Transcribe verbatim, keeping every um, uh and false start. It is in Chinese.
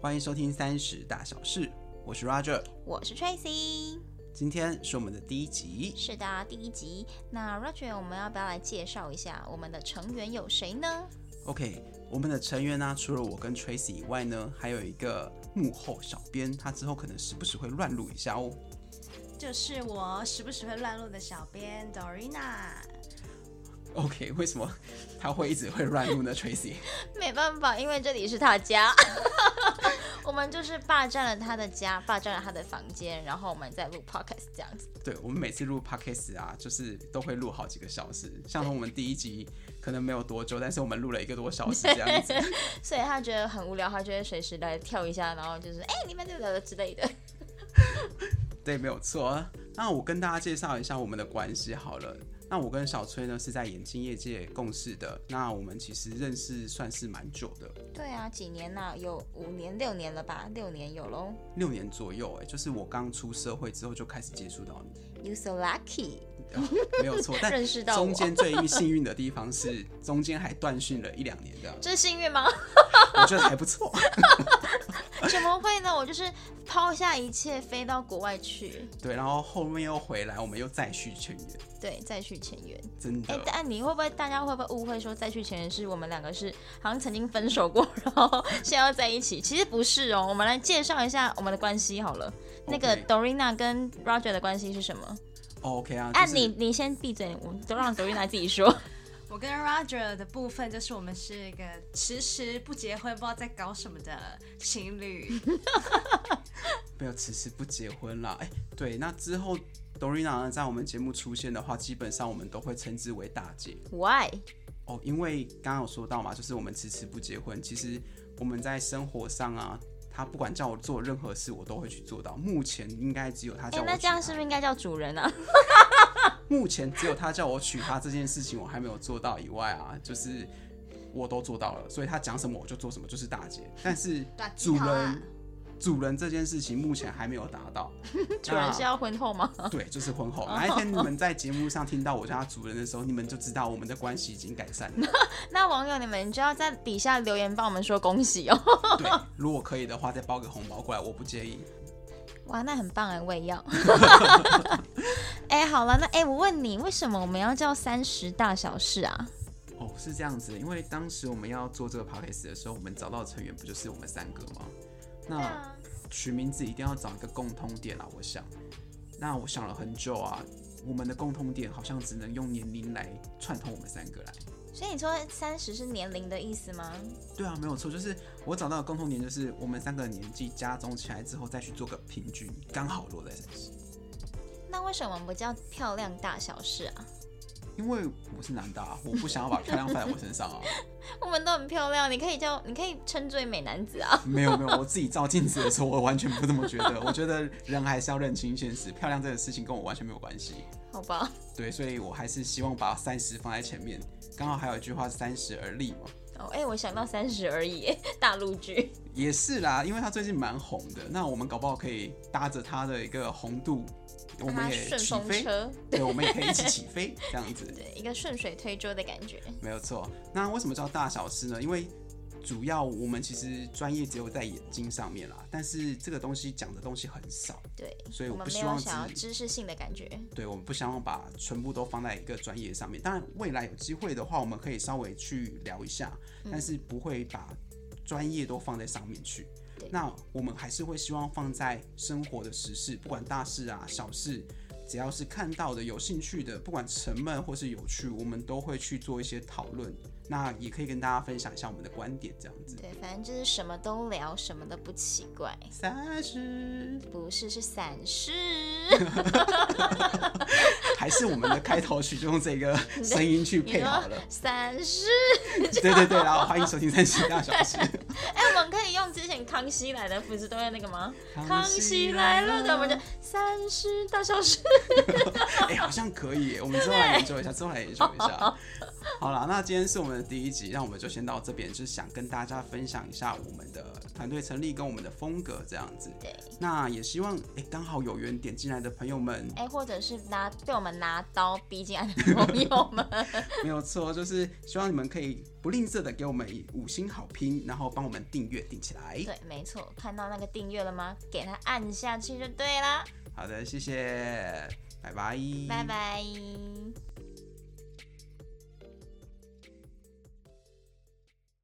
欢迎收听三十大小事，我是 Roger， 我是 Tracy。 今天是我们的第一集。 是的，第一集。那 Roger， 我们要不要来介绍一下我们的成员有谁呢 ？OK， 我们的成员呢，除了我跟 Tracy 以外呢，还有一个幕后小编，他之后可能时不时会乱录一下哦。 就是我时不时会乱录的小编 Dorina。OK， 为什么他会一直会乱录呢 ？Tracy， 没办法，因为这里是他家，我们就是霸占了他的家，霸占了他的房间，然后我们再录 podcast 这样子。 对，我们每次录 podcast 啊，就是都会录好几个小时。像我们第一集可能没有多久，但是我们录了一个多小时这样子。 所以他觉得很无聊，他就会随时来跳一下，然后就是哎、欸，你们这个之类的。 对，没有错。那我跟大家介绍一下我们的关系好了。那我跟小崔呢是在眼镜业界共事的，那我们其实认识算是蛮久的。 对啊，几年啊？有五年、六年了吧？六年有咯。 六年左右，哎，就是我刚出社会之后就开始接触到你。 You so lucky。 哦、没有错，但认识到我中间最幸运的地方是中间还断讯了一两年这样。 这是幸运吗？ 我觉得还不错。 怎么会呢？我就是抛下一切飞到国外去。 对，然后后面又回来，我们又再续前缘。 对，再续前缘。 真的。 哎、欸，但你会不会大家会不会误会说再续前缘是我们两个是好像曾经分手过，然后现在要在一起？其实不是哦。我们来介绍一下我们的关系好了。Okay. 那个 Dorina 跟 Roger 的关系是什么？ OK 啊， 哎、 就是， 你你先闭嘴，我都让 Dorina 自己说。 我跟 Roger 的部分就是我们是一个迟迟不结婚不知道在搞什么的情侣。 没有迟迟不结婚啦。哎，对，那之后 Dorina 呢在我们节目出现的话，基本上我们都会称之为大姐。 Why？ 哦，因为刚刚有说到嘛，就是我们迟迟不结婚，其实我们在生活上啊，他不管叫我做任何事我都会去做到。目前应该只有他叫我娶他、欸、 那这样是不是应该叫主人啊？ 目前只有他叫我娶她这件事情我还没有做到以外啊，就是我都做到了，所以他讲什么我就做什么，就是大姐。但是主人主人这件事情目前还没有达到。 主人是要婚后吗？ 对，就是婚后。哪一天你们在节目上听到我叫他主人的时候，你们就知道我们的关系已经改善了。 那网友你们就要在底下留言帮我们说恭喜哦。 对，如果可以的话再包个红包过来，我不介意。 哇，那很棒哎，我也要。哎、欸，好了，那哎、欸，我问你，为什么我们要叫三十大小事啊？ 哦，是这样子，因为当时我们要做这个 podcast 的时候，我们找到的成员不就是我们三个吗？那取名字一定要找一个共通点啊，我想。那我想了很久啊，我们的共通点好像只能用年龄来串通我们三个来。 所以你说三十是年龄的意思吗？ 对啊，没有错，就是我找到的共同点就是我们三个的年纪加总起来之后再去做个平均，刚好落在三十。 那为什么不叫漂亮大小事啊？ 因为我是男的啊，我不想要把漂亮放在我身上啊。 我们都很漂亮，你可以叫，你可以称之为美男子啊。 没有没有，我自己照镜子的时候，我完全不这么觉得。我觉得人还是要认清现实，漂亮这个事情跟我完全没有关系。 好吧。 对，所以我还是希望把三十放在前面。刚好还有一句话是三十而立嘛。 哦，哎、欸，我想到三十而已，大陆剧。 也是啦，因为他最近蛮红的，那我们搞不好可以搭着他的一个红度。我们也起飞，对，我们也可以一起起飞，这样子， 对，一个顺水推舟的感觉， 没有错。那为什么叫大小事呢？因为主要我们其实专业只有在眼睛上面啦，但是这个东西讲的东西很少， 对， 所以我不希望我们没有想要知识性的感觉， 对，我们不希望把全部都放在一个专业上面。当然，未来有机会的话，我们可以稍微去聊一下，但是不会把专业都放在上面去。那我们还是会希望放在生活的时事，不管大事啊、小事，只要是看到的、有兴趣的，不管沉闷或是有趣，我们都会去做一些讨论。那也可以跟大家分享一下我们的观点，这样子。 对，反正就是什么都聊，什么都不奇怪。 三十不是是散失， 还是我们的开头曲就用这个声音去配好了。 散失， 对对对，然后欢迎收听三十大小事。 哎、欸，我们可以用之前康熙来的不是都有那个吗？康熙来了的，我们就三十大小事。 哎、欸，好像可以耶，我们之后来研究一下，之后来研究一下。好啦，那今天是我们的第一集，让我们就先到这边，就是想跟大家分享一下我们的团队成立跟我们的风格这样子。 对， 那也希望哎，刚好有缘点进来的朋友们， 哎，或者是拿被我们拿刀逼进来的朋友们， 没有错，就是希望你们可以不吝啬的给我们五星好评，然后帮我们订阅订起来。 对，没错，看到那个订阅了吗？给它按下去就对了。 好的，谢谢，拜拜， 拜拜。